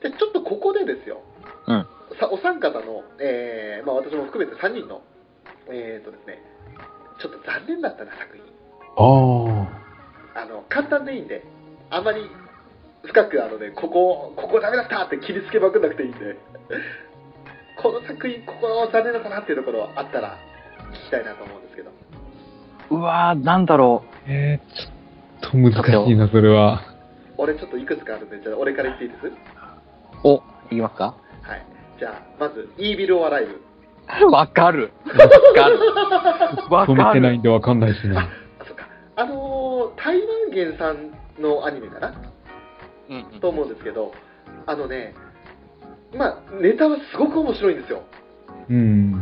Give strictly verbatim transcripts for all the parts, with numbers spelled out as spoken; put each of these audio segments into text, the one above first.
でちょっとここでですよ、 うん、 さお三方の、えーまあ、私も含めてさんにんの、えーとですね、ちょっと残念だったな作品。 ああの簡単でいいんで、あまり深くあの、ね、ここここダメだったって切りつけまくんなくていいんでこの作品ここ残念だったなっていうところあったら聞きたいなと思うんですけど。 うわー、なんだろう。 えー、ちょっと難しいな、それは。 俺ちょっといくつかあるんで、じゃあ俺から言っていいです？ お、いきますか？ はい。じゃあまずイービル・オア・ライブ。 わかる。わかる。わかる。 見てないんでわかんないですね。 あ、そっか。あのー、台湾原産のアニメかな、 うんうん、 と思うんですけど、あのね、まあネタはすごく面白いんですよ。 うん。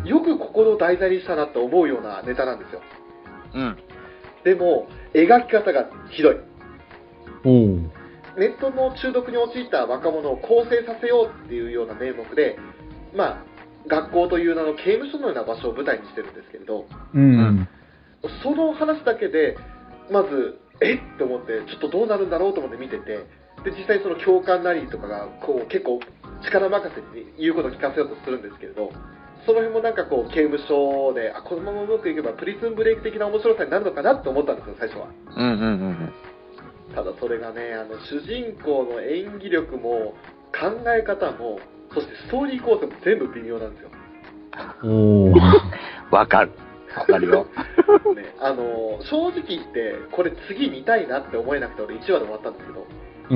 よくここの題材にしたなって思うようなネタなんですよ。 うん。 でも描き方がひどい。 おう。 ネットの中毒に陥った若者を更生させようっていうような名目で、まあ学校という名の刑務所のような場所を舞台にしてるんですけれど、 うん。 その話だけでまずえっと思って、ちょっとどうなるんだろうと思って見てて、で実際その教官なりとかがこう結構力任せに言うことを聞かせようとするんですけれど、その辺もなんかこう刑務所で、あ、このままうまくいけばプリズンブレイク的な面白さになるのかなと思ったんですよ、最初は。 うんうんうん。 ただそれがね、あの主人公の演技力も考え方も、そしてストーリー構成も全部微妙なんですよ。 おわかる。わかるよ。 ね、あの正直言ってこれ次見たいなって思えなくて俺いちわで終わったんですけど、 うん。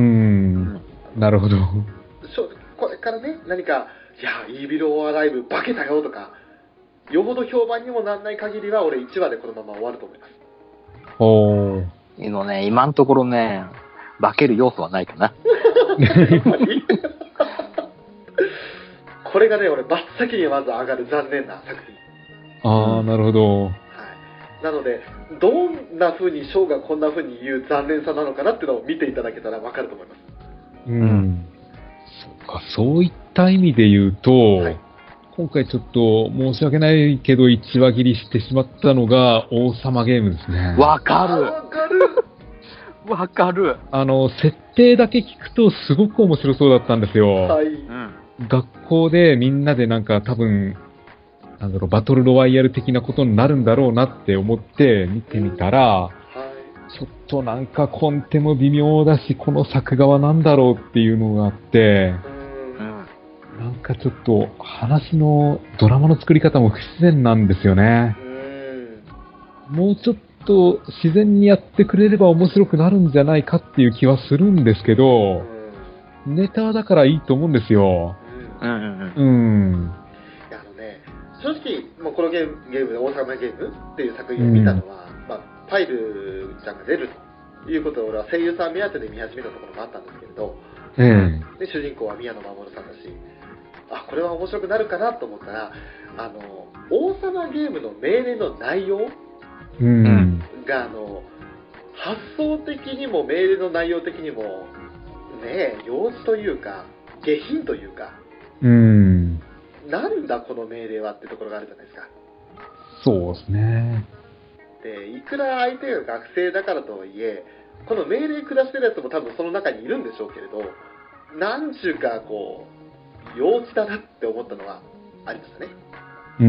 なるほど。 これからね、何かいやイービル・オア・ライブ化けたよとかよほど評判にもなんない限りは俺いちわでこのまま終わると思います。 おー。 のね、今のところね、化ける要素はないかな。 やっぱりこれがね、俺真っ先にまず上がる残念な作品。 ああ、なるほど。 はい、なのでどんな風にショーがこんな風に言う残念さなのかなっていうのを見ていただけたら分かると思います。 うん。うん、そうか、そういった意味で言うと、はい、今回ちょっと申し訳ないけど一話切りしてしまったのが王様ゲームですね。 わかる。 わかる。 わかる。 あの、設定だけ聞くとすごく面白そうだったんですよ。 はい。 学校でみんなでなんか多分、なんだろう、バトルロワイヤル的なことになるんだろうなって思って見てみたら、はい、ちょっとなんかコンテも微妙だし、この作画はなんだろうっていうのがあって、うん、なんかちょっと話のドラマの作り方も不自然なんですよね。うん、もうちょっと自然にやってくれれば面白くなるんじゃないかっていう気はするんですけど、うん、ネタだからいいと思うんですよ。うんうんうん。うん正直、もうこのゲーム、ゲームで王様ゲームっていう作品を見たのは、うん、まあ、ファイルちゃんが出るということで、俺は声優さん目当てで見始めたところもあったんですけれど、うん、で主人公は宮野真守さんだし、あ、これは面白くなるかなと思ったら、あの王様ゲームの命令の内容、うん、があの発想的にも命令の内容的にもね、幼稚というか下品というか、うん、なんだこの命令はってところがあるじゃないですか。 そうですね。 で、いくら相手が学生だからとはいえ、この命令下してるやつも多分その中にいるんでしょうけれど、なんちゅうかこう幼稚だなって思ったのはありましたね。うん。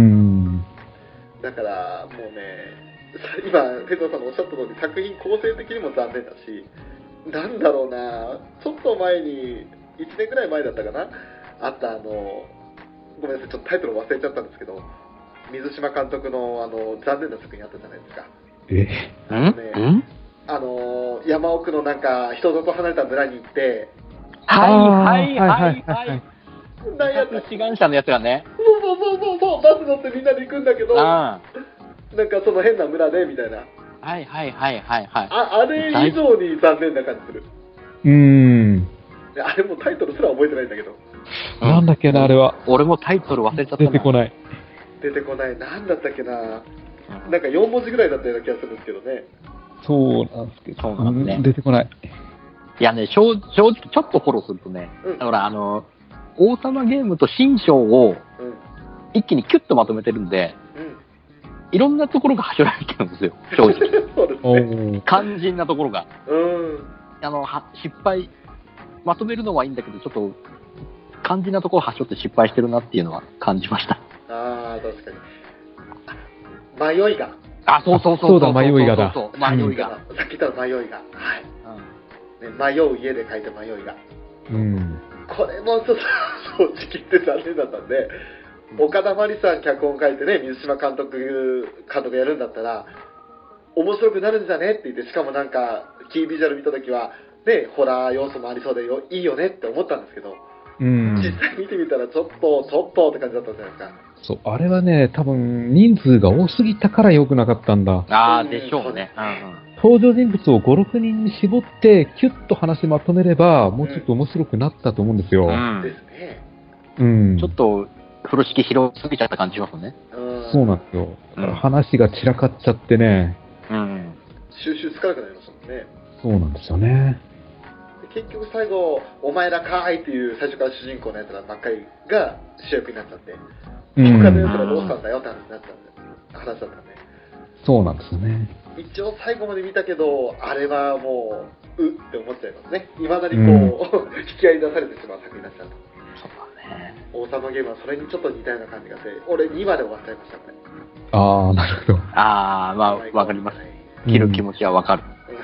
だからもうね、今ペトさんのおっしゃった通り作品構成的にも残念だし、なんだろうな、ちょっと前にいちねんぐらい前だったかな、あったあのごめんなさい、ちょっとタイトル忘れちゃったんですけど、水島監督のあの残念な作品あったじゃないですか。 えあのね、あの山奥のなんか人里離れた村に行って、 はいはいはいはい。何やった志願者のやつがね。 そうそうそうそう、バス乗ってみんなで行くんだけど、なんかその変な村でみたいな。 はいはいはいはいはい。 あ、あれ以上に残念な感じする。 うーん。 あれもタイトルすら覚えてないんだけど。 うん、なんだっけな、あれは。 俺もタイトル忘れちゃったな。 出てこない。 出てこない。なんだったっけな。なんかよんもじぐらいだったような気がするんですけどね。 そうなんですけど。 そうなんですね。 出てこない。 いやね、正, 正直ちょっとフォローするとね、うん、だからあの、王様ゲームと新章を一気にキュッとまとめてるんで、うん、いろんなところがはしょられてるんですよ、正直。 そうですね。 肝心なところが。 うん。 あの、は失敗、まとめるのはいいんだけど、ちょっと肝心なところ端折って失敗してるなっていうのは感じました。 ああ、確かに。迷いが。 あ、そうそうそう。 そうだ、迷いがだ。 迷いが。 さっき言った迷いが。はい。うんね、迷う家で書いた迷いが。 うん。 これもちょっと正直言って残念だったんで、岡田真理さん脚本書いてね、水島監督、監督やるんだったら、面白くなるんじゃねって言って、しかもなんか、キービジュアル見たときは、ね、ホラー要素もありそうでよいいよねって思ったんですけど、うん、実際見てみたらちょっと、ちょっとって感じだったじゃないですか。 そう、あれはね、多分人数が多すぎたから良くなかったんだ。 ああ、でしょうね。うんうん、 登場人物をご、ろくにんに絞って、キュッと話まとめれば、もうちょっと面白くなったと思うんですよ。 うん、 ですね。 うん。 ちょっと、風呂敷広すぎちゃった感じしますね。 そうなんですよ。だから話が散らかっちゃってね。 うん。 収集つかなくなりましたもんね。 そうなんですよね。 結局最後、お前らかーいっていう最初から主人公のやつらばっかりが主役になっちゃって、うん、他のやつらどうしたんだよって話になっちゃった話だったんで。 そうなんですよね。 一応最後まで見たけど、あれはもう、うって思っちゃいますね。いまだにこう、うん、引き合いに出されてしまう作品になっちゃうと。 そうだね。 王様ゲームはそれにちょっと似たような感じがして、俺にわで終わっちゃいましたこれ。 ああ、なるほど。 ああ、まあ、わかります。切る気持ちはわかる。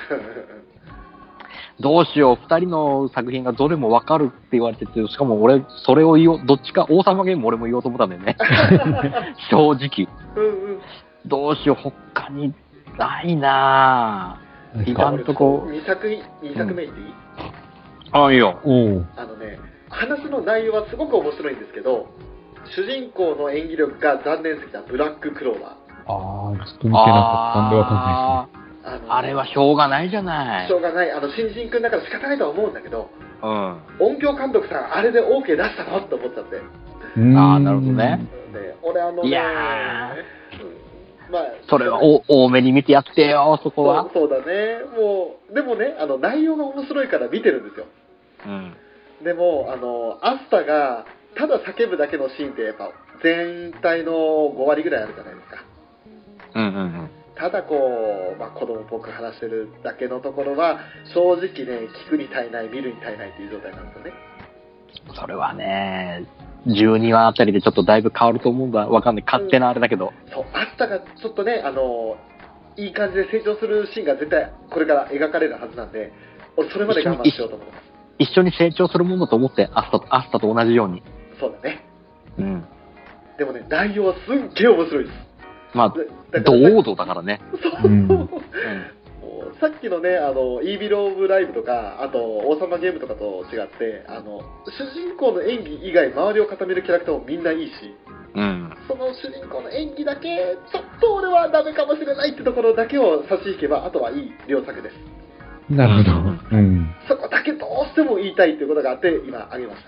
どうしよう、二人の作品がどれもわかるって言われてて、しかも俺、それを言おう、どっちか、王様ゲームも俺も言おうと思ったんだよね。正直。うんうん、どうしよう、他にないなぁ。今んとこ。 にさく、にさくめ言っていい、うん、 ああ、いいよ。 あのね、話の内容はすごく面白いんですけど、主人公の演技力が残念すぎたブラッククローバー。 ああ、ちょっと見てなかったんでわかんないですね。 あ, あれはしょうがないじゃない。 しょうがない。あの、新人君だから仕方ないとは思うんだけど、 うん。 音響監督さん、あれで OK 出したのって思っちゃって。 ああ、なるほどね。 ね、俺あのね、 いやうん、まあ、 それはお多めに見てやってよ、そこは。 そう、そうだね。もう、でもね、あの、内容が面白いから見てるんですよ。 うん。 でも、あの、アスタが、ただ叫ぶだけのシーンって、やっぱ、全体のごわりぐらいあるじゃないですか。 うんうんうん。 ただこう、まあ、子供っぽく話してるだけのところは、正直ね、聞くに足りない、見るに足りないっていう状態なんですよね。 それはね、じゅうにわあたりでちょっとだいぶ変わると思うんだ。わかんない。勝手なあれだけど。 うん、そう、アスタがちょっとね、あの、いい感じで成長するシーンが絶対これから描かれるはずなんで、俺それまで我慢しようと思ってます。 一緒に成長するものだと思って、アスタと、アスタと同じように。 そうだね。 うん。 でもね、内容はすっげえ面白いです。 まあ、堂々だからね。 そう、うん、さっきのね、あの、イービル・オブ・ライブとか、あと、王様ゲームとかと違って、あの、主人公の演技以外、周りを固めるキャラクターもみんないいし、 うん、 その主人公の演技だけ、ちょっと俺はダメかもしれないってところだけを差し引けば、あとはいい良作です。 なるほど。うん。 そこだけどうしても言いたいっていうことがあって、今、あげました。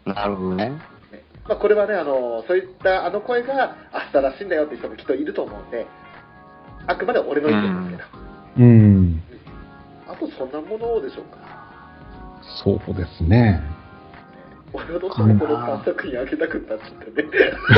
なるほどね。 まあ、これはね、あの、そういったあの声が明日らしいんだよっていう人もきっといると思うんで、あくまで俺の意見ですけど。 うん。うん、 あと、そんなものでしょうか。 そうですね。 俺はどうしてもこのさんさく品あげたくなっちゃってね。どう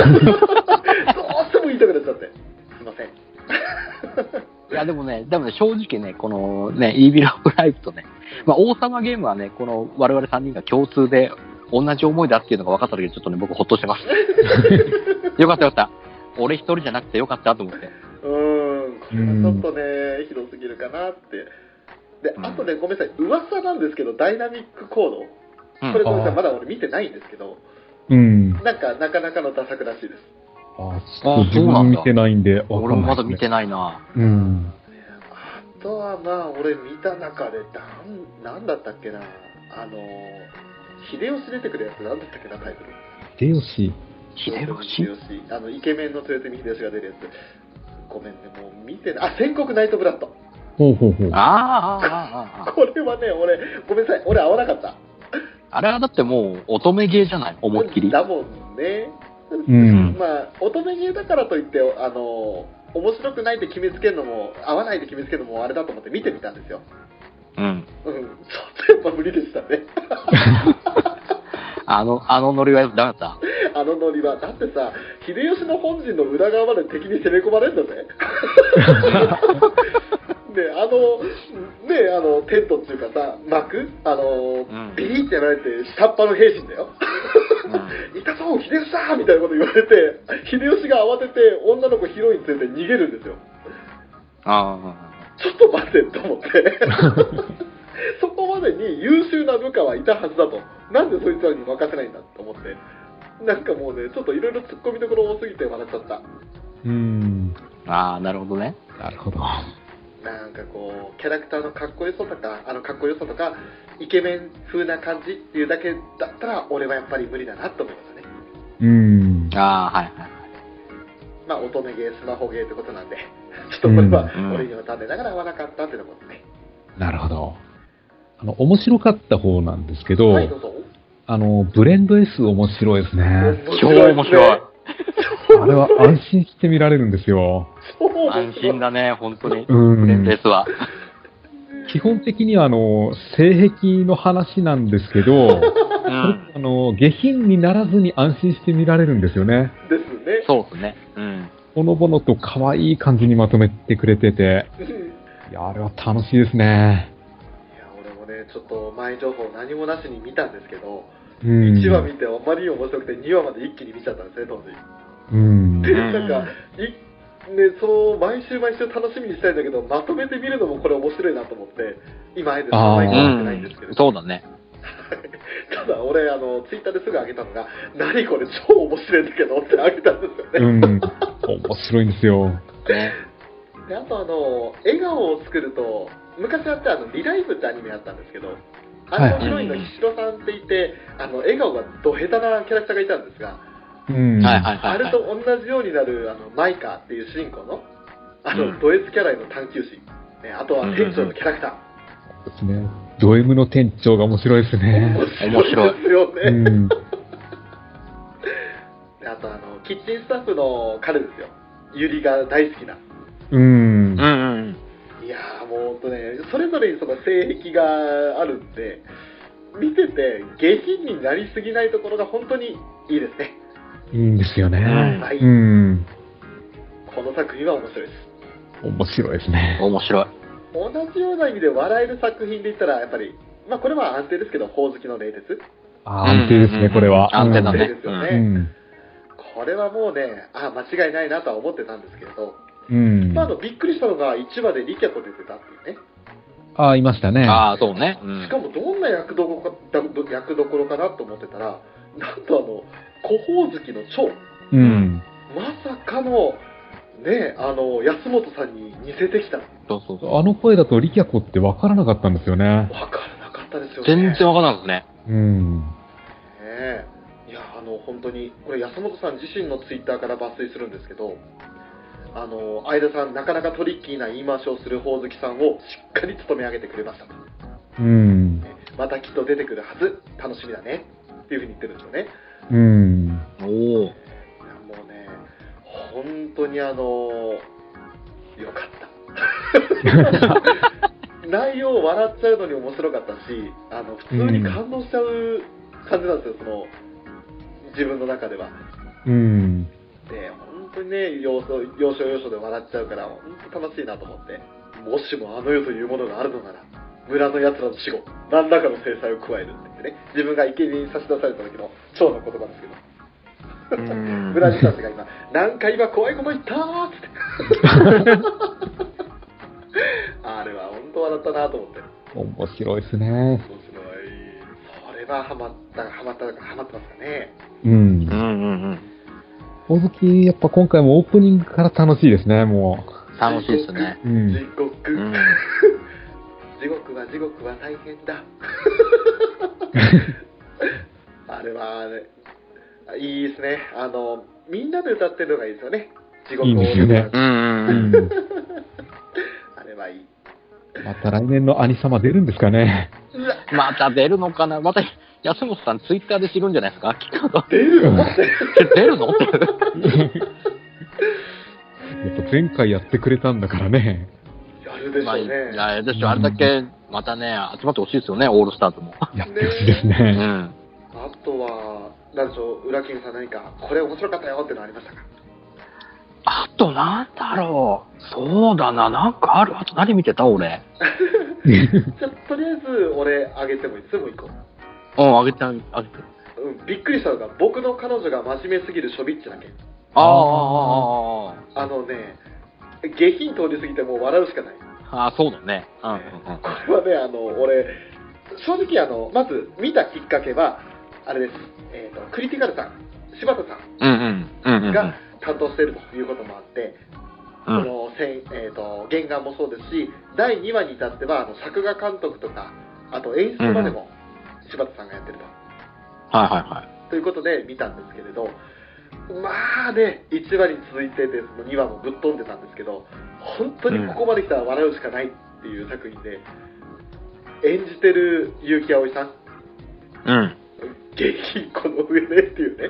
しても言いたくなっちゃって。すいません。 いや、でもね、でもね、正直ね、このね、イービル・オブ・ライブとね、まあ、王様ゲームはね、この我々さんにんが共通で同じ思いだっていうのが分かった時にちょっとね、僕ほっとしてます。よかったよかった。俺一人じゃなくてよかったと思って。 うーん、これはちょっとね、ひどすぎるかなって。で、あとね、ごめんなさい、噂なんですけど、ダイナミックコード、うん、これごめんなさい、まだ俺見てないんですけど、 うん、 なんか、なかなかのダ作らしいです。 ああ、自分見てないんで、 俺もまだ見てないな。 うん。 あとはまあ、俺見た中で、なん、なんだったっけな、あの、秀吉出てくるやつ、なんだったっけな、タイトル。 秀吉秀吉秀吉。あの、イケメンの豊臣秀吉が出るやつ。ごめんね、もう見てない。あ、戦国ナイトブラッド。 ほうほうほう。 ああ、ああ、 これはね、俺、ごめんなさい、俺合わなかった。 あれはだってもう、乙女ゲーじゃない、思いっきり。 だもんね。 うん。 まあ、乙女ゲーだからといって、あの、面白くないって決めつけるのも、合わないって決めつけるのもあれだと思って見てみたんですよ。 うん。うん。 ちょっとやっぱ無理でしたね。 あの、あのノリはダメだった。 あのノリは。だってさ、秀吉の本陣の裏側まで敵に攻め込まれるんだぜ。ね、あの、ね、あの、テントっていうかさ、幕あの、うん、ビリってやられて下っ端の兵士だよ。うん、 お秀吉だみたいなこと言われて、秀吉が慌てて女の子ヒロイン連れて逃げるんですよ。 ああ。 ちょっと待ってと思って。そこまでに優秀な部下はいたはずだと。なんでそいつらに任せないんだと思って。なんかもうね、ちょっといろいろ突っ込みどころ多すぎて笑っちゃった。 うーん。 ああ、なるほどね。 なるほど。 なんかこう、キャラクターのかっこよさとか、あのかっこよさとか、イケメン風な感じっていうだけだったら、俺はやっぱり無理だなと思いましたね。 うーん。 ああ、はいはい。 まあ、乙女ゲー、スマホゲーってことなんで、ちょっとこれは俺には残念ながら合わなかったってところですね。 なるほど。あの、面白かった方なんですけど、 はい、どうぞ。 あの、ブレンド S 面白いですね。 超面白い。 あれは安心して見られるんですよ。 安心だね、本当に。 うん。 ブレンド S は。 基本的には、あの、性癖の話なんですけど、うん、あの、下品にならずに安心して見られるんですよね。 ですね。 そうですね。うん。 ほのぼのと可愛い感じにまとめてくれてて、いや、あれは楽しいですね。 いや、俺もね、ちょっと前情報何もなしに見たんですけど、 うん、 いちわ見てあまりに面白くてにわまで一気に見ちゃったんですね、当時。 うん。 で、なんか、いね、その毎週毎週楽しみにしたいんだけど、まとめて見るのもこれ面白いなと思って、今あえてさんまいか見てないんですけど、 そうだね。 ただ俺、あの、ツイッターですぐ上げたのが、何これ超面白いんだけどって上げたんですよね。 うん。面白いんですよ。 ね。 で、あとあの、笑顔を作ると、昔あったあの、リライブってアニメあったんですけど、あのヒロインのひしろさんっていて、あの、笑顔がド下手なキャラクターがいたんですが、 うん、 はいはいはい、 あれと同じようになる、あの、マイカっていう主人公の、あの、うん、ド S キャラへの探求心、ね、あとは店長のキャラクター。 そうですね。ド M の店長が面白いですね。 面白いですよね。うん、であとあの、キッチンスタッフの彼ですよ。ユリが大好きな。 うん。うんうん。 いやーもうほんとね、それぞれにその性癖があるんで、見てて下品になりすぎないところが本当にいいですね。 いいんですよね。 はい。 うん。 この作品は面白いです。 面白いですね。 面白い。 同じような意味で笑える作品で言ったら、やっぱり、まあこれは安定ですけど、ほおずきの冷徹。 あ安定ですね、これは。 安定だね。 安定ですよね。うん、これはもうね、あ間違いないなとは思ってたんですけれど、 うん。 まあ、あのびっくりしたのがいちわでリキャコ出てたっていうね。 ああ、いましたね。 ああ、そうね。 うん、しかもどんな役どころか、役どころかなと思ってたら、なんとあの、小ほおずきの長。 うん。 まさかの、ね、あの、安本さんに似せてきた。 そうそうそう。 あの声だとリキャコって分からなかったんですよね。 分からなかったですよね。 全然分からなかったね。 うん。 ねえ。いや、あの、本当に、これ安本さん自身のツイッターから抜粋するんですけど、あの、相田さん、なかなかトリッキーな言い回しをするほおずきさんをしっかり務め上げてくれましたと。 うん。 またきっと出てくるはず、楽しみだねっていうふうに言ってるんですよね。 うん。 おお。 もうね、本当にあの、よかった。内容笑っちゃうのに面白かったし、あの、普通に感動しちゃう感じなんですよ、その、自分の中では。 うん。 で、本当にね、要所要所要所で笑っちゃうから、本当楽しいなと思って、もしもあの世というものがあるのなら、村の奴らの死後、何らかの制裁を加えるって言ってね、自分が生贄に差し出された時の蝶の言葉ですけど、村人たちが今、なんか今怖いこと言ったーっつって。あれは本当笑ったなと思って。 面白いですね。 面白い。それはハマった、ハマった、ハマってますかね。 うん。うんうんうん。ほおずき、やっぱ今回もオープニングから楽しいですね、もう。楽しいですね。 地獄。地獄。うん、地獄は地獄は大変だ。あれは、ね、いいですね。あの、みんなで歌ってるのがいいですよね。地獄を。 いいですよね。 うんうんうん。 あれはいい。 また来年の兄様出るんですかね。 また出るのかな。また安本さんツイッターで知るんじゃないですか。 出るの？ 出るの？やっぱ前回やってくれたんだからね。 やるでしょうね。 まあ、やるでしょ。あれだけまたね集まってほしいですよね。オールスターズも。 やってほしいですね。 うん。 あとはなんでしょう。裏キングさん何かこれ面白かったよってのありましたか？ あとなんだろう。そうだな。なんかある。あと何見てた俺。 じゃとりあえず俺あげてもいい？いつも行こう。 うん、あげてあげて。 うん、びっくりしたのが、僕の彼女が真面目すぎるショビッチだけ。 ああ、 あのね、下品通り過ぎてもう笑うしかない。 ああ、そうだね。うんうんうん、 これはね、あの、俺、正直あの、まず見たきっかけは、あれです。えっ、ー、と、クリティカルさん、柴田さんが担当しているということもあって、うん、その、えーと、原画もそうですし、だいにわに至っては、あの作画監督とか、あと演出までも柴田さんがやってると。 はいはいはい。 ということで見たんですけれど、まあね、いちわに続いてで、そのにわもぶっ飛んでたんですけど、本当にここまで来たら笑うしかないっていう作品で、演じてる結城葵さん、 うん。 下品この上ねっていうね。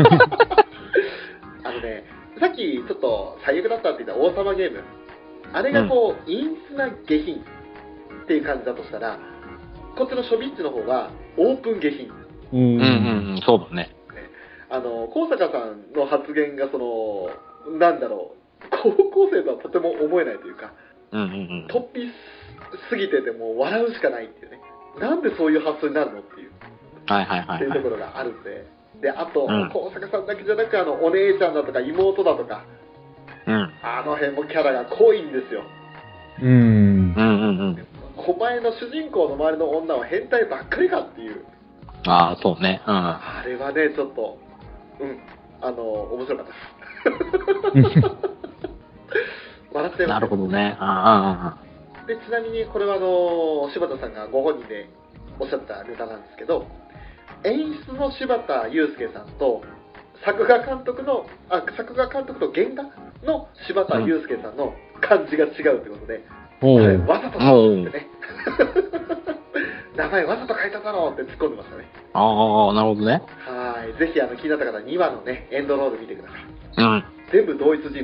あのね、さっきちょっと最悪だったって言った王様ゲーム、あれがこう、陰湿な下品っていう感じだとしたら、こっちのショビッチの方はオープン下品。 うんうんうん、そうだね。 あの、高坂さんの発言がその、なんだろう、高校生とはとても思えないというか、 うんうんうん、 突飛すぎててもう笑うしかないっていうね。なんでそういう発想になるのっていう。 はいはいはい、はい。 っていうところがあるんで。で、あと、うん、高坂さんだけじゃなく、あの、お姉ちゃんだとか妹だとか、 うん、 あの辺もキャラが濃いんですよ。 うん。うんうんうん。 狛江の主人公の周りの女は変態ばっかりかっていう。 ああ、そうね。うん。 あれはね、ちょっと、うん、あの、面白かったです。笑っちゃいます。 なるほどね。ああ。で、ちなみにこれはあの、柴田さんがご本人でおっしゃったネタなんですけど、演出の柴田祐介さんと、作画監督の、あ、作画監督と原画の柴田祐介さんの感じが違うということで、うん、わざとそうってね。名前わざと変えただろうって突っ込んでましたね。 ああ、なるほどね。 はい。ぜひあの気になった方はにわのね、エンドロール見てください。 うん。 全部同一人物です。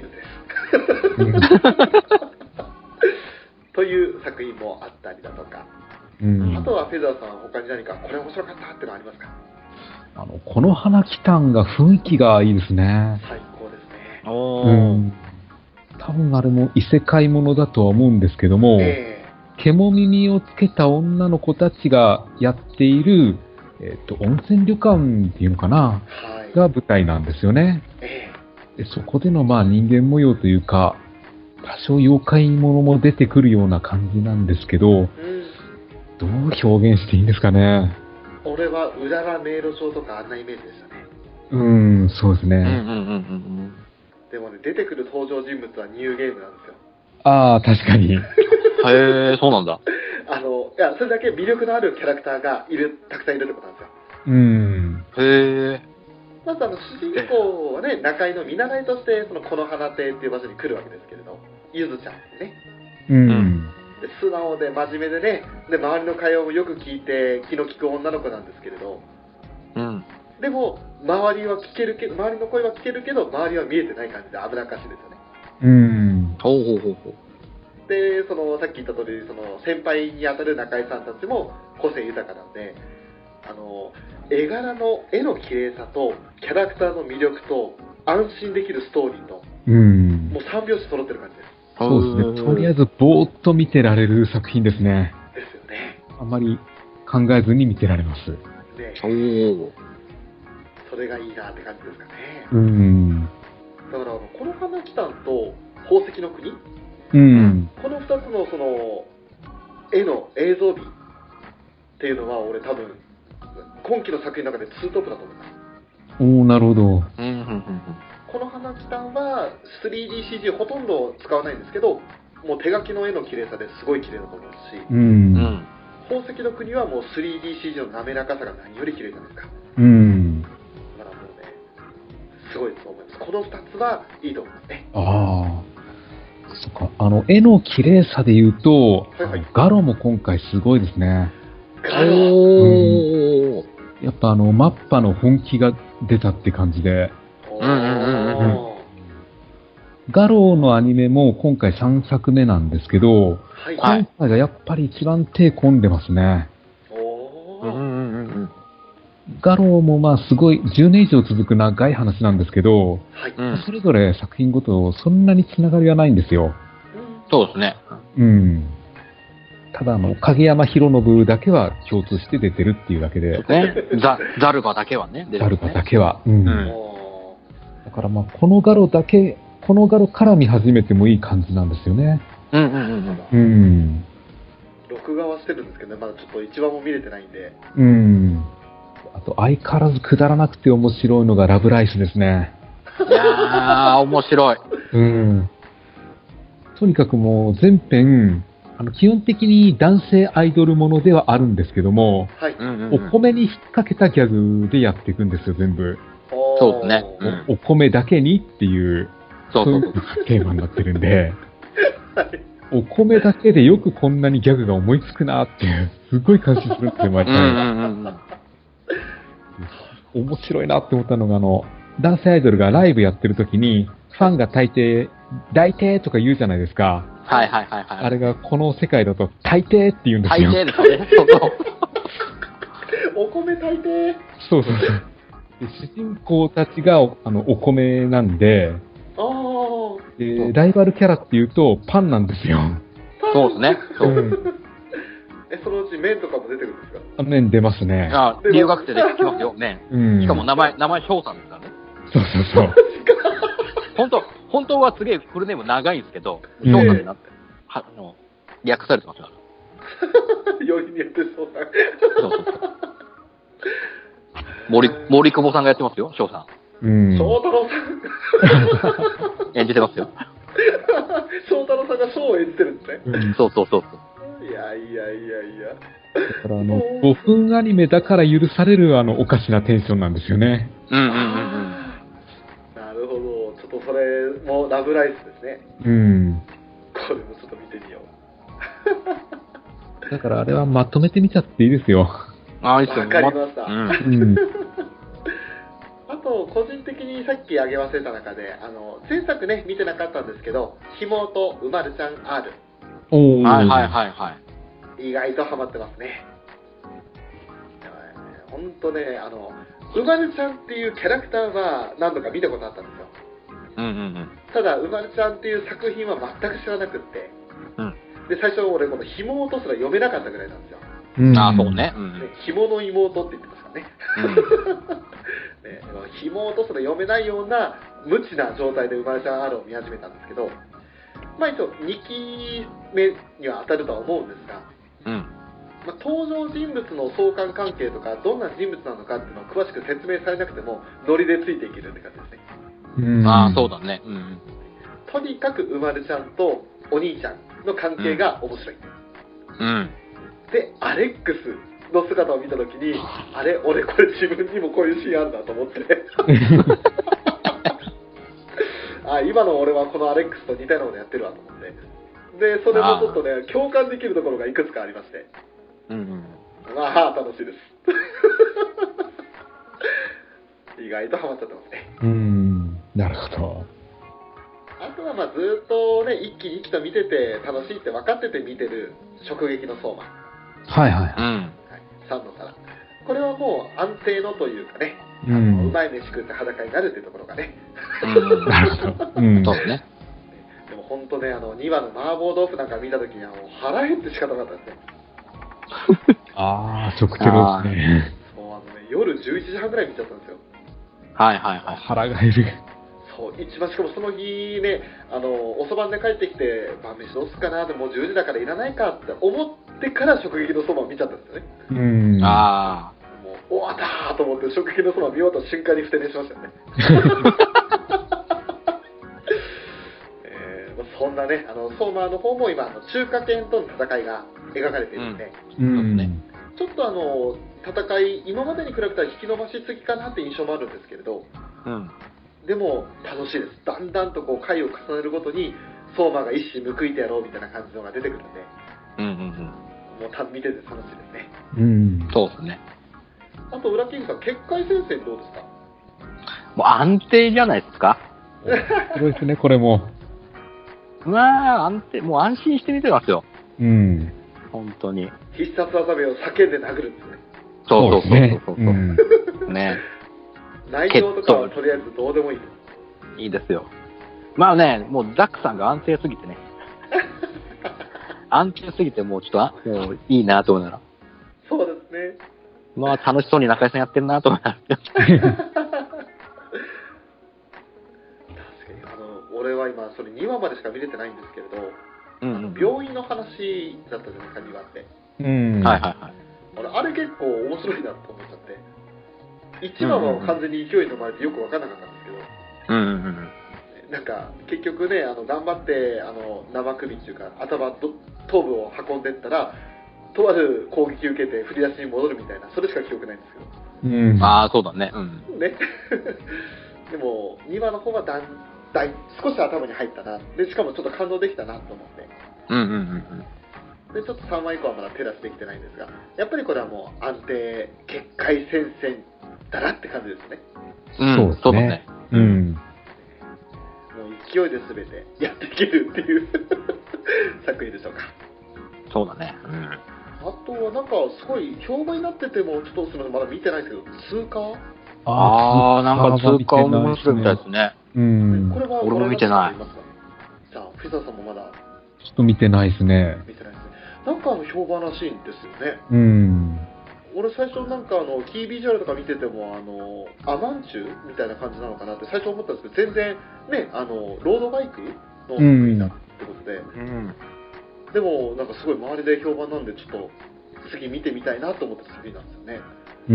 という作品もあったりだとか。うん、あとはフェザーさん他に何かこれ面白かったってのありますか？ あの、この花期間が雰囲気がいいですね。 最高ですね。 おー。 うん。多分あれも異世界ものだとは思うんですけども、えー、獣耳をつけた女の子たちがやっている、えっと、温泉旅館っていうのかな、はい、が舞台なんですよね。えー、でそこでのまあ人間模様というか、多少妖怪ものも出てくるような感じなんですけど、うん、どう表現していいんですかね。 俺はうらら迷路帳とかあんなイメージでしたね。 うーん、そうですね。 うんうんうんうん。 でもね、出てくる登場人物はニューゲームなんですよ。 ああ、確かに。 へえ、そうなんだ。 あの、いや、それだけ魅力のあるキャラクターがいる、たくさんいるってことなんですよ。 うん。 へえ。 まずあの、主人公はね、中井の見習いとして、その、この花亭っていう場所に来るわけですけれど、ゆずちゃんね。 うん。 で素直で真面目でね、で、周りの会話もよく聞いて、気の利く女の子なんですけれど、 うん。 でも、周りは聞けるけど、周りの声は聞けるけど、周りは見えてない感じで危なっかしいですよね。 うん。 ほうほうほうほう。 で、その、さっき言った通り、その、先輩にあたる中井さんたちも個性豊かなんで、あの、絵柄の、絵の綺麗さと、キャラクターの魅力と、安心できるストーリーと、 うん。 もう三拍子揃ってる感じです。 そうですね。とりあえず、ぼーっと見てられる作品ですね。 ですよね。 あんまり考えずに見てられます。ね。 おー。 それがいいなって感じですかね。 うん。 だから、あの、この花期間と、宝石の国、 うん。 この二つの、その、絵の映像美っていうのは、俺多分、今期の作品の中でツートップだと思います。 おー、なるほど。うんうんこの花期間は スリーディーシージー ほとんど使わないんですけど、もう手書きの絵の綺麗さですごい綺麗だと思うし、うん、宝石の国はもう スリーディーシージー の滑らかさが何より綺麗じゃないですか。うん。だからもうね、すごいと思います。このふたつはいいと思いますね。 ああ。そっか。あの、絵の綺麗さで言うと、はいはい、ガロも今回すごいですね。 ガロ、 うん、やっぱあの、マッパの本気が出たって感じで。 うんうんうんうん。 ガローのアニメも今回さんさくめなんですけど、はい、今回がやっぱり一番手込んでますね。 おー。 うんうんうん、 ガローもまあすごいじゅうねん以上続く長い話なんですけど、はい、それぞれ作品ごとそんなにつながりはないんですよ。 そうですね。 うん。 ただあの、影山博信だけは共通して出てるっていうだけで。 ね。ザ、ザルバだけはね、出てる、ね。 ザルバだけは。うん。うん、だからまあ、このガロだけ、このガロから見始めてもいい感じなんですよね。 うんうんうんうん。うん。 録画はしてるんですけどね、まだちょっと一話も見れてないんで。 うん。あと、相変わらずくだらなくて面白いのがラブライスですね。 いやー、面白い。 うん。とにかくもう全編、あの、基本的に男性アイドルものではあるんですけども、 はい。 お米に引っ掛けたギャグでやっていくんですよ、全部。 そうですね。 うん、お, お米だけにっていう、そうそうそういうテーマになってるんで、はい、お米だけでよくこんなにギャグが思いつくなっていう、すごい感心するんですよ、毎回。うんうんうん面白いなって思ったのが、あの、男性アイドルがライブやってる時に、ファンが大抵、大抵とか言うじゃないですか。 はいはいはいはい。 あれがこの世界だと、大抵って言うんですよ。 大抵ですね。そうそう。 お米大抵。 そうそうそう。で主人公たちがおあのお米なんで、 あで、ライバルキャラっていうと、パンなんですよ。 そうですね。そう。うんえ、そのうち麺とかも出てくるんですか？ 麺出ますね。 ああ、留学生で来ますよ、麺。うん。しかも名前、名前翔さんですからね。 そうそうそう。 本当、本当はすげえフルネーム長いんですけど、翔さんになって、は、あの、略されてますから。 よりによって翔さん。 そうそうそう。森、森久保さんがやってますよ、翔さん。うん。 翔太郎さん。演じてますよ。 翔太郎さんが翔を演じてるんですね。 うん、そうそうそうそう。 いやいやいやいや。 だからあの、ごふんアニメだから許されるあの、おかしなテンションなんですよね。 うんうんうんうん。 なるほど。ちょっとそれもラブライスですね。 うん。 これもちょっと見てみよう。だからあれはまとめてみちゃっていいですよ。 ああ、いいっすよ。 わかりました。うん。あと、個人的にさっき挙げ忘れた中で、あの、前作ね、見てなかったんですけど、ひもとうまるちゃん R。 おー。 はいはいはいはい。 意外とハマってますね。ほんとね、あの、うまるちゃんっていうキャラクターは何度か見たことあったんですよ。 うんうんうん。 ただ、うまるちゃんっていう作品は全く知らなくって、うん。で、最初俺、このひもとすら読めなかったぐらいなんですよ。 うん、ああ、そうね。うん、 ね、ひもの妹って言ってましたね。うん、ね、ひもとすら読めないような無知な状態でうまるちゃん R を見始めたんですけど、まあ一応にきめには当たるとは思うんですが、うん、まあ、登場人物の相関関係とかどんな人物なのかっていうのを詳しく説明されなくてもノリでついていけるって感じですね。 うん、ああ、そうだね。うん、 とにかくうまるちゃんとお兄ちゃんの関係が面白い。うん。で、アレックスの姿を見たときに、あれ、俺これ自分にもこういうシーンあるんだと思って。あ、今の俺はこのアレックスと似たようなことやってるわと思って。で、それもちょっとね、共感できるところがいくつかありまして。うんうん。まあ、楽しいです。意外とハマっちゃってますね。 うーん、なるほど。 あとはまあずっとね、一気に一気と見てて楽しいって分かってて見てる直撃の相馬。 はいはいはい。 うん。さんの皿。これはもう安定のというかね、 うん、 あのうまい飯食って裸になるっていうところがね。 うん、なるほど。うん、 そうですね。 でも本当ね、あのにわの麻婆豆腐なんか見たときにはもう腹減って仕方なかったですね。 ああ、食テロですね。 そう、あのね、夜じゅういちじはんぐらい見ちゃったんですよ。 はいはいはい。 腹が減る。 そう、一番しかもその日ね、あの、おそばんで帰ってきて、晩飯どうすっかなって、もうじゅうじだからいらないかって思ってから食撃のそばを見ちゃったんですよね。 うん。 ああ。もう、終わったーと思って食撃のそば見終わった瞬間にふて寝しましたよね。えー、そんなね、あの、相馬の方も今、あの中華圏との戦いが描かれているんで、 うん。うんね、 ちょっとあの、戦い、今までに比べたら引き伸ばしすぎかなって印象もあるんですけれど、うん。でも楽しいです。だんだんとこう回を重ねるごとに相馬が一矢報いてやろうみたいな感じのが出てくるんで、うんうんうん、もうた見てて楽しいですね。 うん、そうですね。 あと裏キングさん、結界戦線どうですか？ もう安定じゃないですか。 すごいですね、これも。 まあ安定、もう安心して見てますよ。 うん。 本当に。 必殺技名を叫んで殴るんですね。 そうそうそうそうそう。ね。ね内容とかはとりあえずどうでもいい。いいですよ。まあね、もうザックさんが安定すぎてね。 安定すぎてもうちょっと、あもういいなと思いながら。 そうですね。 まあ楽しそうに中井さんやってるなと思いながら。確かに、 あの、俺は今、それにわまでしか見れてないんですけれど、 うんうん、 あの病院の話だったじゃないですか、にわって。 うん。 はいはいはい。 俺、あれ結構面白いなと思っちゃって、いちわは完全に勢いに飲まれてよく分からなかったんですけど、 うんうんうん。 なんか、結局ね、あの頑張って、あの生首っていうか、頭と、頭部を運んでったら、とある攻撃受けて振り出しに戻るみたいな、それしか記憶ないんですけど。 うん。 ああ、そうだね。うん。 ね。でも、にわの方はだんだい少し頭に入ったな。で、しかもちょっと感動できたなと思って。 うんうんうんうん。 で、ちょっとさんわ以降はまだテラスできてないんですが、やっぱりこれはもう安定、結界戦線だなって感じですね。 うん、そうだね。 うん。 もう勢いで全てやっていけるっていう作品でしょうか。 そうだね。うん。 あとはなんかすごい評判になっててもちょっとすみませんまだ見てないですけど、通過ああ、なんか通過面白いみたいですね。 うん。 これは俺も見てない。 じゃあフィザーさんもまだちょっと見てないですね。 見てないですね。なんかあの評判らしいんですよね。 うん。 俺最初なんかあのキービジュアルとか見ててもあのアマンチュみたいな感じなのかなって最初思ったんですけど、全然ねあのロードバイクの作品だってことで、 うん、 でもなんかすごい周りで評判なんでちょっと次見てみたいなと思った作品なんですよね。 うん。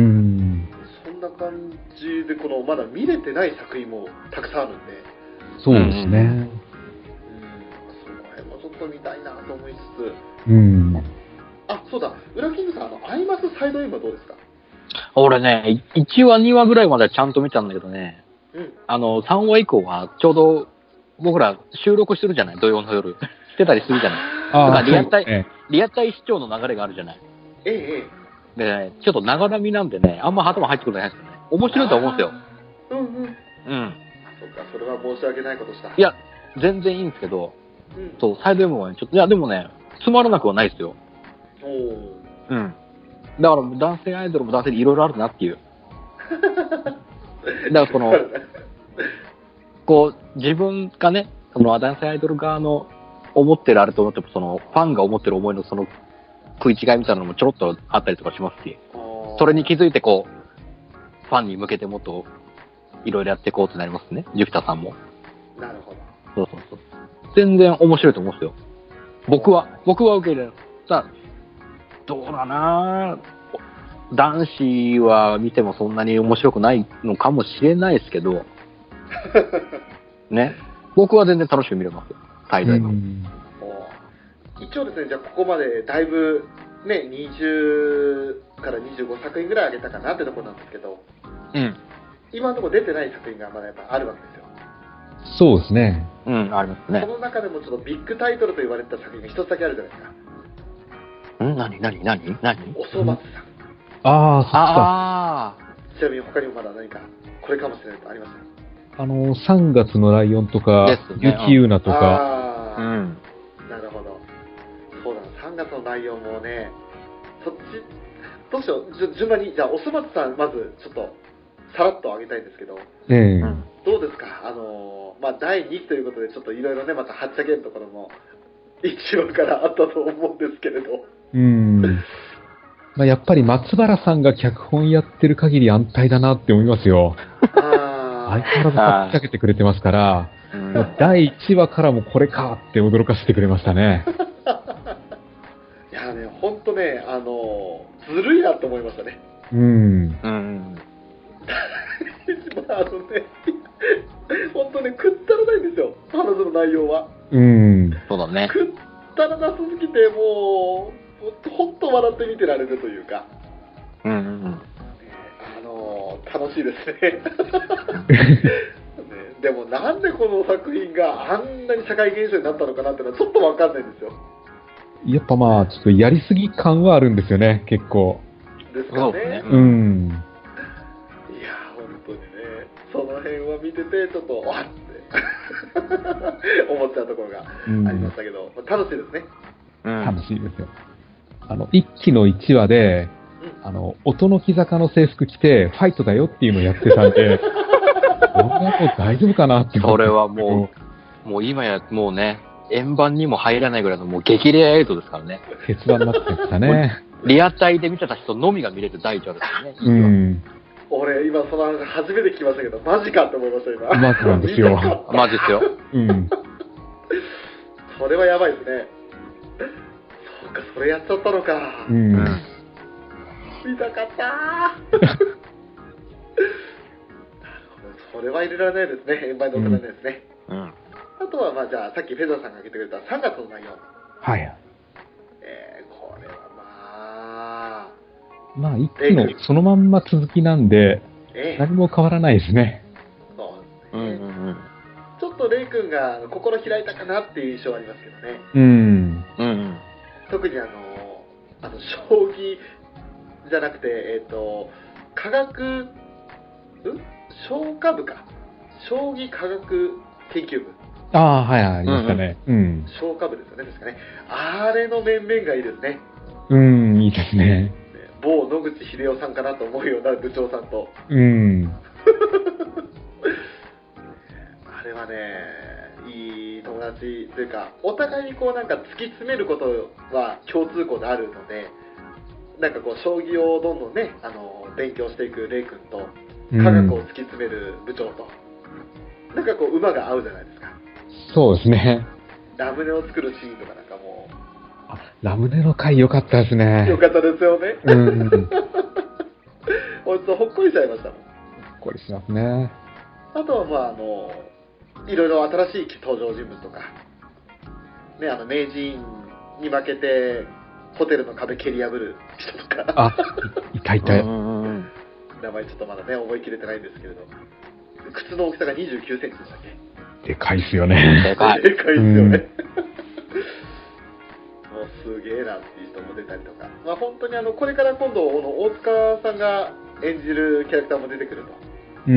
そんな感じでこのまだ見れてない作品もたくさんあるんで、 そうですね。うん、 その辺もちょっと見たいなと思いつつ、 うん。 あ、そうだ、ウラキングさん、あのアイマスサイド M はどうですか？ 俺ね、いちわ、にわぐらいまではちゃんと見たんだけどね、うん、あの、さんわ以降はちょうど僕ら収録してるじゃない、土曜の夜。してたりするじゃない。だからリアタイ、ね、リアタイ視聴の流れがあるじゃない。 ええ。 で、ね、ちょっとながらみなんでね、あんま頭入ってくれないですよね。面白いと思うんですよ。 うんうん。 うん。 そっか、それは申し訳ないことした。 いや、全然いいんですけど、うん、そう、サイド M はね、ちょっと、いや、でもね、つまらなくはないですよ。 おー。 うん。だから男性アイドルも男性でいろいろあるなっていう。だからこの、こう、自分がね、その男性アイドル側の思ってるあれと思っても、その、ファンが思ってる思いのその、食い違いみたいなのもちょろっとあったりとかしますし、それに気づいてこう、ファンに向けてもっと、いろいろやっていこうとなりますね、ジュピターさんも。 なるほど。 そうそうそう。全然面白いと思うんですよ。僕は、僕は受け入れる。さあ、どうだなぁ。男子は見てもそんなに面白くないのかもしれないですけど、ね。僕は全然楽しく見れますよ。滞在も。 一応ですね、じゃあここまでだいぶね、にじゅうからにじゅうごさく品ぐらい上げたかなってところなんですけど、 うん。 今のところ出てない作品がまだやっぱあるわけですよ。 そうですね。 うん、ありますね。 その中でもちょっとビッグタイトルと言われた作品が一つだけあるじゃないですか。 ん何何何何おそ松さん。 ああ、そっか。 ちなみに他にもまだ何かこれかもしれないとありますか。あの、さんがつのライオンとか、ね、ユキウナとか。 ああ、うん。なるほど。そうだな、さんがつのライオンもね、そっち、どうしよう、順番に、じゃあおそ松さんまずちょっと、さらっと上げたいんですけど、 ええー、 どうですか、あのー、まあ、だいにきということで、ちょっといろいろね、またはっちゃけるところも、いちわからあったと思うんですけれど。 うん。まあ、やっぱり松原さんが脚本やってる限り安泰だなって思いますよ。あ相変わらずかっちゃけてくれてますから、もうだいいちわからもこれかって驚かせてくれましたね。 いやね、ほんとね、あのー、ずるいなと思いましたね。 うん。 うん。 まあ、あのね、ほんとね、くったらないんですよ、話の内容は。 うん。 そうだね。 くったらなすぎて、もう、ほんと笑って見てられるというか。 うんうんうん。 あのー、楽しいですね。ね、でもなんでこの作品があんなに社会現象になったのかなっていうのはちょっとわかんないんですよ。 やっぱまあ、ちょっとやりすぎ感はあるんですよね、結構。 ですかね。 うん。 いや、本当にね、その辺は見てて、ちょっと、わって思っちゃうところがありましたけど、うん、楽しいですね。 楽しいですよ。あの、一期のいちわで、うん、あの、音の木坂の制服着て、ファイトだよっていうのをやってたんで、これはもう大丈夫かなって思って。 それはもう、もう今や、もうね、 円盤にも入らないぐらいのもう激レア映像ですからね。 決断になってましたね。 リアタイで見てた人のみが見れる第一話ですからね。 うん。 俺、今その話初めて聞きましたけど、マジかって思いました、今。 マジなんですよ。 マジですよ。 うん。 それはやばいですね。そうか、それやっちゃったのか。 うん。 見たかったー。なるほど、それは入れられないですね。円盤に乗せられないですね。 うん。うん、 あとは、まあ、じゃあ、さっきフェザーさんが挙げてくれたさんがつの内容。 はい。 えー、これはまあ、 まあ、一気のそのまんま続きなんで、 えー、 何も変わらないですね。 そうですね。 うんうんうん、 ちょっとレイ君が心開いたかなっていう印象はありますけどね。 うん。 うんうん、 特にあの、あの、将棋じゃなくて、えっ、ー、と、科学、ん商科部か。将棋科学研究部。 ああ、はい、ありましたね。うん。 商科部ですよね、確かね。あれの面々がいいですね。 うん、いいですね。 某野口英世さんかなと思うような部長さんと。 うん。 あれはね、いい友達というか、お互いにこうなんか突き詰めることは共通項であるので、なんかこう将棋をどんどんね、あの勉強していくレイ君と、科学を突き詰める部長と、うん、なんかこう馬が合うじゃないですか。 そうですね。 ラムネを作るシーンとかなんかもう、 あ、ラムネの回良かったですね。 良かったですよね。うん。ほんとほっこりしちゃいましたもん。ほっこりしますね。 あとはまああのいろいろ新しい登場人物とか、ね、あの名人に負けてホテルの壁蹴り破る人とか。 あ、いたいた。 名前ちょっとまだね覚えきれてないんですけれど、靴の大きさがにじゅうきゅうセンチでしたっけ。 でかいっすよね。 でかい。でかいっすよね。もうすげえなっていう人も出たりとか、まあ本当にあのこれから今度の大塚さんが演じるキャラクターも出てくると。 うん。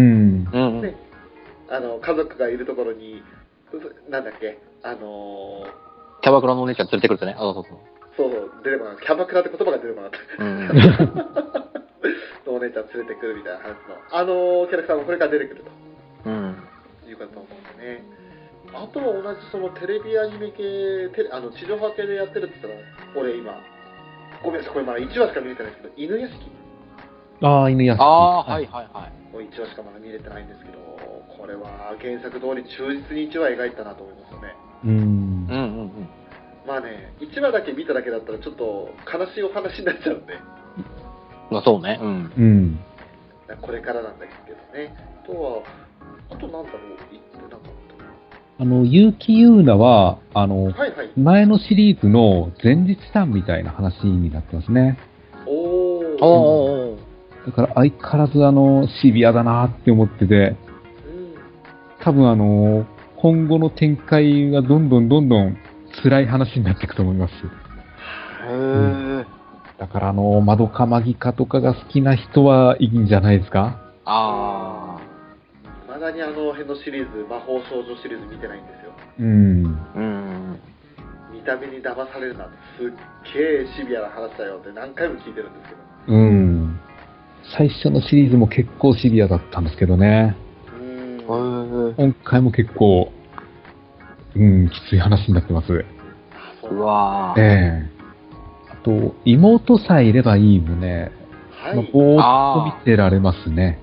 ね、あの家族がいるところになんだっけ、あのー、 キャバクラのお姉ちゃん連れてくるってね。あ、そうそう。 そうそう出てこなかった。キャバクラって言葉が出てこなかった。うん、お姉ちゃん連れてくるみたいな話のあのー、キャラクターもこれから出てくると。うん。いうことと思うんでね。あとは同じそのテレビアニメ系、テレあの地上波系でやってるって言ったら、俺今、ごめんなさい、これまだいちわしか見れてないんですけど、犬屋敷。 ああ、犬屋敷。 ああ、はいはいはい。 もういちわしかまだ見れてないんですけど、これは原作通り忠実にいちわ描いたなと思いますよね。 うん。うんうんうん。 まあね、いちわだけ見ただけだったらちょっと悲しいお話になっちゃうんで。 まあそうね。うん。 うん。 これからなんだけどね。あとは、あとなんだろう、言ってなかった。 あの、結城優奈は、あの、 はいはい、 前のシリーズの前日譚みたいな話になってますね。 おー。 おー。 だから相変わらずあの、シビアだなって思ってて、うん、多分あの、今後の展開がどんどんどんどん辛い話になっていくと思います。 へー。うん、 だからあの、まどかマギカとかが好きな人はいいんじゃないですか？ あー。 まだにあの辺のシリーズ、魔法少女シリーズ見てないんですよ。 うん。 うん。 見た目に騙されるなんてすっげえシビアな話だよって何回も聞いてるんですけど。 うん。最初のシリーズも結構シビアだったんですけどね。 うん。 今回も結構、うん、きつい話になってます。 うわー。ええー。あと、妹さえいればいいもね、はい、まあ、ぼーっと見てられますね。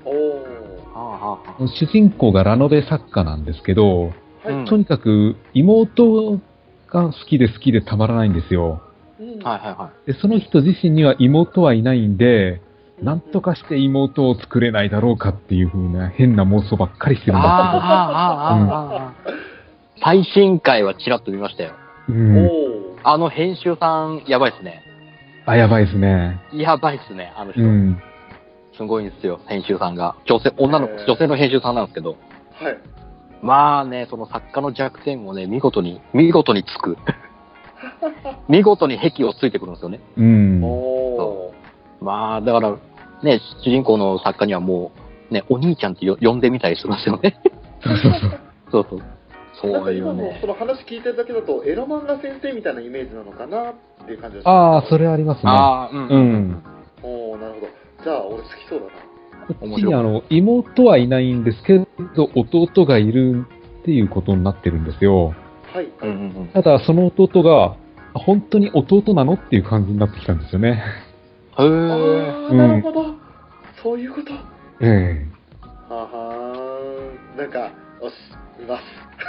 主人公がラノベ作家なんですけど、はい、とにかく妹が好きで好きでたまらないんですよ。 うん、はいはいはい。 で、その人自身には妹はいないんで、なんとかして妹を作れないだろうかっていう風な変な妄想ばっかりしてるんですけど。 あー、うん、最新回はちらっと見ましたよ。 うん、 あの編集さん、やばいっすね。 あ、やばいっすね。 やばいっすね、あの人。うん、すごいんですよ、編集さんが。女性、女の子、女性の編集さんなんですけど。 はい。 まあね、その作家の弱点をね、見事に、見事につく。見事に癖をついてくるんですよね。 うん。 そうまあ、だから、ね、主人公の作家にはもう、ね、お兄ちゃんって呼んでみたりしますよね。 そうそうそう。 そうそう。 そういうね。今のその話聞いてるだけだと、エロ漫画先生みたいなイメージなのかなっていう感じです。 ああ、それありますね。 ああ、うん。うん。 おお、なるほど。じゃあ、俺好きそうだな。 こっちにあの、妹はいないんですけど、弟がいるっていうことになってるんですよ。 はい。うんうんうん、 ただ、その弟が、本当に弟なのっていう感じになってきたんですよね。 へー。 ああ、なるほど、うん。そういうこと。 ええー。ははー。なんか、よし、見ます。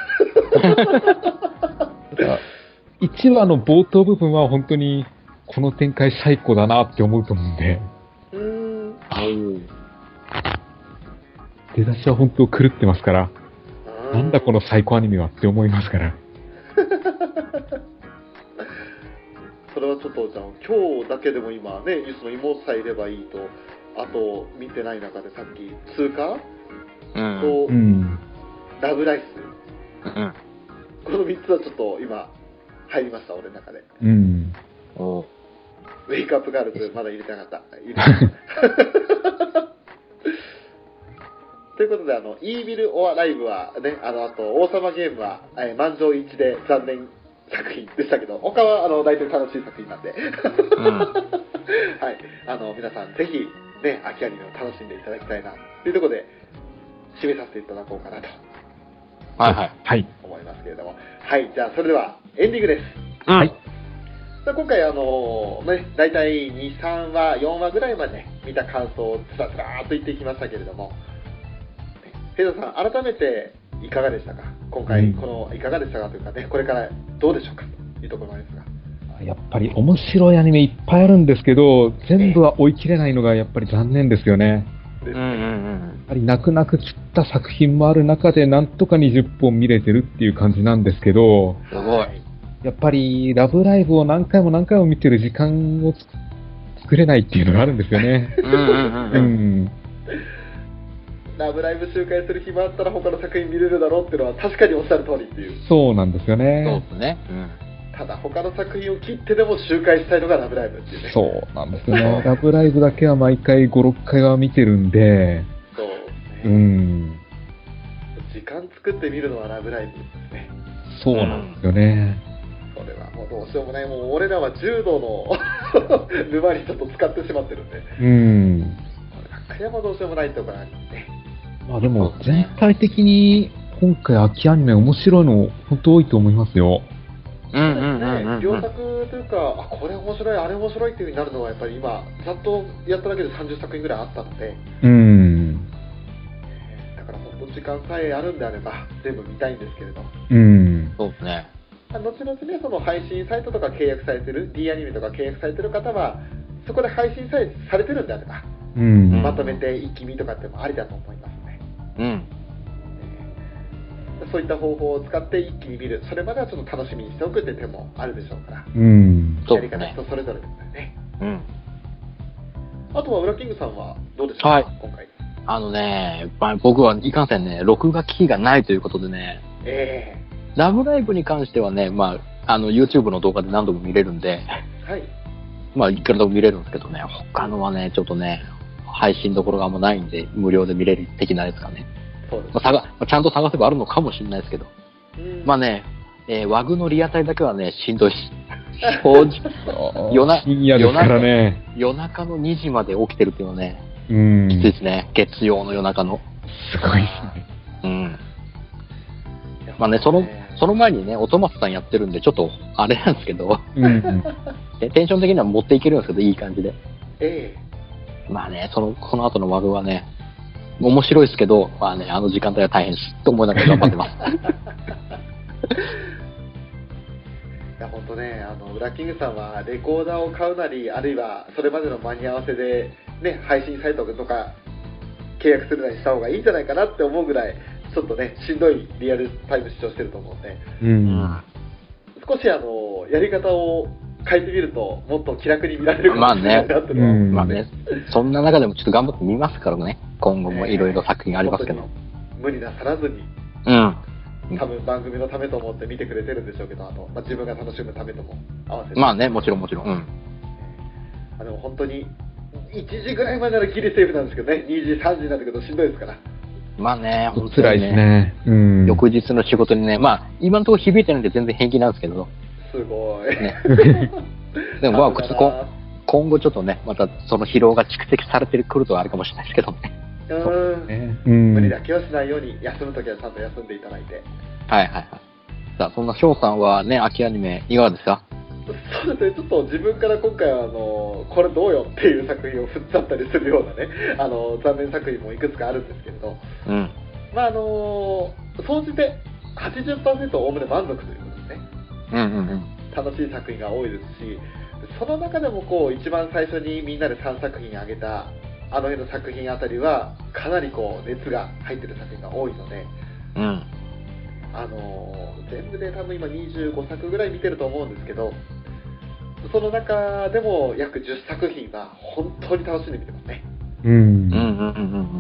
ただいちわの冒頭部分は本当に、この展開最高だなって思うと思うんで。 うーん。 出だしは本当狂ってますから、なんだこの最高アニメはって思いますから。 それはちょっと、じゃあ、今日だけでも今ね、その妹さえいればいいと、あと見てない中でさっき、通過と、 うん、 ラブライス、 うん、 このみっつはちょっと今、入りました、俺の中で。 うん。 おウェイクアップガールズ、まだ入れてなかった。入れてなかったということで、あの、イービル・オア・ライブはね、あの、あと、王様ゲームは、えー、満場一致で残念作品でしたけど、他は、あの、大体楽しい作品なんで。うん、はい。あの、皆さん、ぜひ、ね、秋アニメを楽しんでいただきたいな、というところで、締めさせていただこうかなと。 はいはい。 はい。 思いますけれども。はい。じゃあ、それでは、エンディングです。 はい。 今回、あのー、ね、大体に、さんわ、よんわぐらいまで見た感想をつらつらーっと言ってきましたけれども、ペドさん、改めていかがでしたか、今回、この、いかがでしたかというかね、これからどうでしょうかというところなんですが。 やっぱり面白いアニメいっぱいあるんですけど、全部は追い切れないのがやっぱり残念ですよね。 ですね。 うんうんうん、 やっぱり泣く泣く切った作品もある中で、なんとかにじゅっぽん見れてるっていう感じなんですけど、 すごい。 やっぱりラブライブを何回も何回も見てる時間を作れないっていうのがあるんですよね。 うんうんうんうん。 ラブライブ周回する暇あったら他の作品見れるだろうっていうのは確かにおっしゃる通りっていう。 そうなんですよね。 そうですね。うん。 ただ他の作品を切ってでも周回したいのがラブライブっていうね。 そうなんですよね。ラブライブだけは毎回ご、ろっかいは見てるんで。 そうですね。 うん。 時間作って見るのはラブライブですね。 そうなんですよね。 それはもうどうしようもない。もう俺らは柔道の沼にちょっと使ってしまってるんで。 うん。 これはもうどうしようもないところなんですね。 まあでも全体的に今回秋アニメ面白いの本当多いと思いますよ。 そうですね。両作というか、あ、これ面白い、あれ面白いっていう風になるのはやっぱり今ざっとやっただけでさんじゅっさく品ぐらいあったので。 うん。 だから本当時間さえあるんであれば全部見たいんですけれど。 うん。 そうですね。 後々ね、その配信サイトとか契約されてる D アニメとか契約されてる方はそこで配信さえされてるんであれば、うん、まとめて一気見とかってもありだと思いますね。 うん。 そういった方法を使って一気に見る、それまではちょっと楽しみにしておくって手もあるでしょうから、 うん、 やり方人それぞれですね。 うん。 あとはウラキングさんはどうでしょうか、 はい、 今回。 あのね、僕はいかんせんね、録画機器がないということでね、 えー、ラブライブに関してはね、まあ、あの YouTube の動画で何度も見れるんで、 はい。 まあ、いくらでも見れるんですけどね、他のはね、ちょっとね、配信どころがあんまないんで、無料で見れる的なやつがね。 そうですね。 まあ、探まあ、ちゃんと探せばあるのかもしれないですけど。うん、まあね、えー、ワグのリアタイだけはね、しんどいし。正直。夜な深夜ですからね。 夜中のにじまで起きてるっていうのはね、 うん、 きついですね。月曜の夜中の。 すごいですね。 うん。まあね、その、その前にね、おとまつさんやってるんで、ちょっと、あれなんですけど、うん、テンション的には持っていけるんですけど、いい感じで。 ええ。まあね、その、この後のワグはね、面白いですけど、まあね、あの時間帯は大変ですと思いながら頑張ってます。 いや、ほんとね、あの、ウラキングさんはレコーダーを買うなり、あるいはそれまでの間に合わせで、ね、配信サイトとか契約するなりした方がいいんじゃないかなって思うぐらい、ちょっとね、しんどいリアルタイム視聴してると思うんで、 うん、 少しあの、やり方を変えてみると、もっと気楽に見られるかもしれないなっていうのは思いますね。 まあね、そんな中でもちょっと頑張ってみますからね、今後もいろいろ作品ありますけど。 えー、無理なさらずに。 うん。 多分番組のためと思って見てくれてるんでしょうけど、あの、まあ、自分が楽しむためとも合わせて。 まあね、もちろんもちろん。うん。 あでも本当に、いちじぐらいまでならギリセーフなんですけどね、にじ、さんじになってくるとしんどいですから。 まあね、 本当にね。辛いですね。うん。 翌日の仕事にね、まあ、今のところ響いてないんで全然平気なんですけど。 すごい。ね、 でもまあ、今後ちょっとね、またその疲労が蓄積されてくるとはあるかもしれないですけどね。 うん、ね、うん、無理だけはしないように、休むときはちゃんと休んでいただいて。 はいはいはい。 さあ、そんな翔さんはね、秋アニメいかがですか？ そうですね、ちょっと自分から今回はあのこれどうよっていう作品を振っちゃったりするようなね、あの残念作品もいくつかあるんですけれど、 うん。 まああの総じて はちじゅっパーセント おおむね満足ということですね。 うんうんうん。 楽しい作品が多いですし、その中でもこう一番最初にみんなでさんさく品挙げたあの辺の作品あたりはかなりこう熱が入ってる作品が多いので、 うん。 あの全部で多分今にじゅうごさくぐらい見てると思うんですけど、その中でも約じゅっさく品は本当に楽しんで見てますね。 うん。うんうんうんうんうん。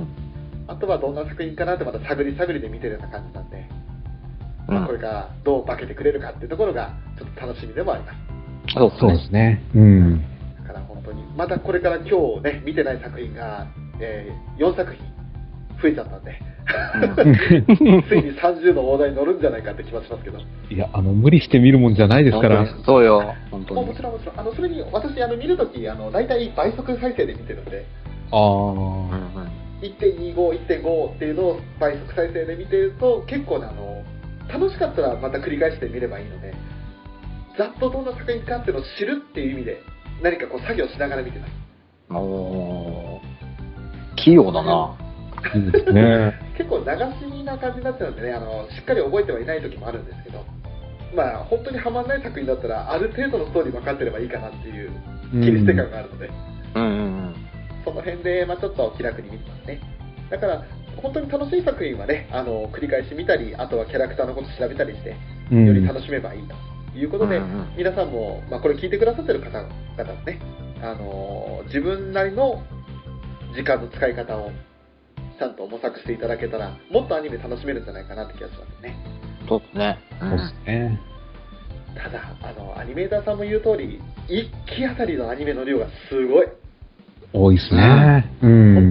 あとはどんな作品かなってまた探り探りで見てるような感じなんで、 うん、 まあ、これからどう化けてくれるかっていうところがちょっと楽しみでもあります。 そうですね。 そうですね。うん。 だから本当にまたこれから今日ね見てない作品が、えー、よんさく品増えちゃったんで、うん、ついにさんじゅうの大台に乗るんじゃないかって気はしますけど。 いや、あの、無理して見るもんじゃないですから。 そうよ、本当に。 もちろんもちろん。あの、それに私、あの、見るとき、あの、大体倍速再生で見てるんで、 ああ。 いってんにご、いってんご っていうのを倍速再生で見てると、結構ね、あの、楽しかったらまた繰り返して見ればいいので、ざっとどんな作品かっていうのを知るっていう意味で、何かこう作業しながら見てます。 おー、器用だな。 いいですね。 結構流しな感じになっちゃうんでね、あのしっかり覚えてはいない時もあるんですけど、まあ本当にハマらない作品だったらある程度のストーリー分かってればいいかなっていう切り捨て感があるので、 うんうんうん、 その辺で、まあ、ちょっと気楽に見てますね。だから本当に楽しい作品はね、あの繰り返し見たり、あとはキャラクターのこと調べたりしてより楽しめばいいということで、うんうんうん、皆さんも、まあ、これ聞いてくださってる方々ですね、あの自分なりの時間の使い方をちゃんと模索していただけたら、もっとアニメ楽しめるんじゃないかなって気がしますね。 そうですね。 そうですね。 ただ、あの、アニメーターさんも言う通り、いっきあたりのアニメの量がすごい。 多いですね。うん。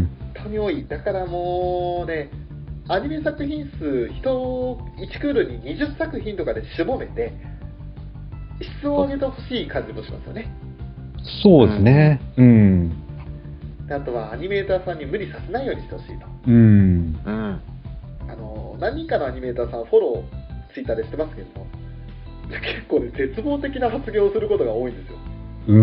本当に多い。だからもうね、アニメ作品数、人、いちクールににじゅっさく品とかで絞めて、質を上げてほしい感じもしますよね。 そうですね。うん。 あとはアニメーターさんに無理させないようにしてほしいと。 うん。 うん。 あの、何人かのアニメーターさんフォロー、ツイッターでしてますけども、結構ね、絶望的な発言をすることが多いんですよ。 うん。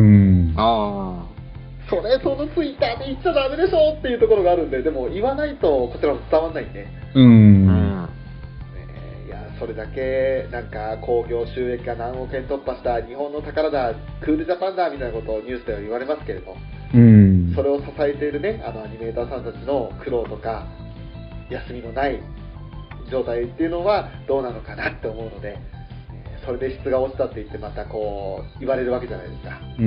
ああ。 それ、そのツイッターで言っちゃダメでしょっていうところがあるんで、でも言わないとこちらも伝わらないんで。 うん。うんいや、それだけなんか興行収益が何億円突破した日本の宝だ、クールジャパンだみたいなことをニュースでは言われますけれど、 うん、 それを支えているね、あのアニメーターさんたちの苦労とか休みのない状態っていうのはどうなのかなって思うので、それで質が落ちたって言ってまたこう言われるわけじゃないですか。 うん。うん。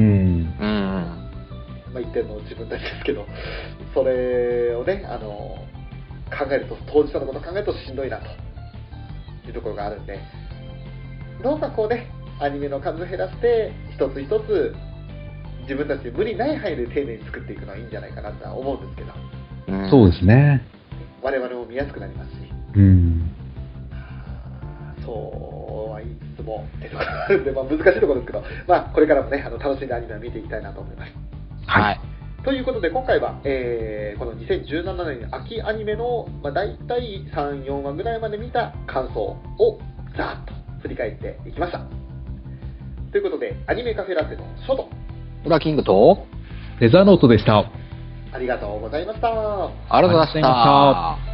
まあ、言ってるの自分たちですけど、それをね、あの考えると、当事者のことを考えるとしんどいなというところがあるんで、どうかこうね、アニメの数を減らして一つ一つ自分たちで無理ない範囲で丁寧に作っていくのはいいんじゃないかなとは思うんですけど、 うん、そうですね。 我々も見やすくなりますし、 うん、 そうは言いつつもってところがあるんで、まあ、難しいところですけど、まあ、これからもね、あの楽しんでアニメを見ていきたいなと思います。 はい。 ということで今回は、えー、このにせんじゅうななねん秋アニメの、まあ、大体さん、よんわぐらいまで見た感想をざーっと振り返っていきました。ということで、アニメカフェラテのショド、 ウラキングとレザーノートでした。 ありがとうございました。 ありがとうございました。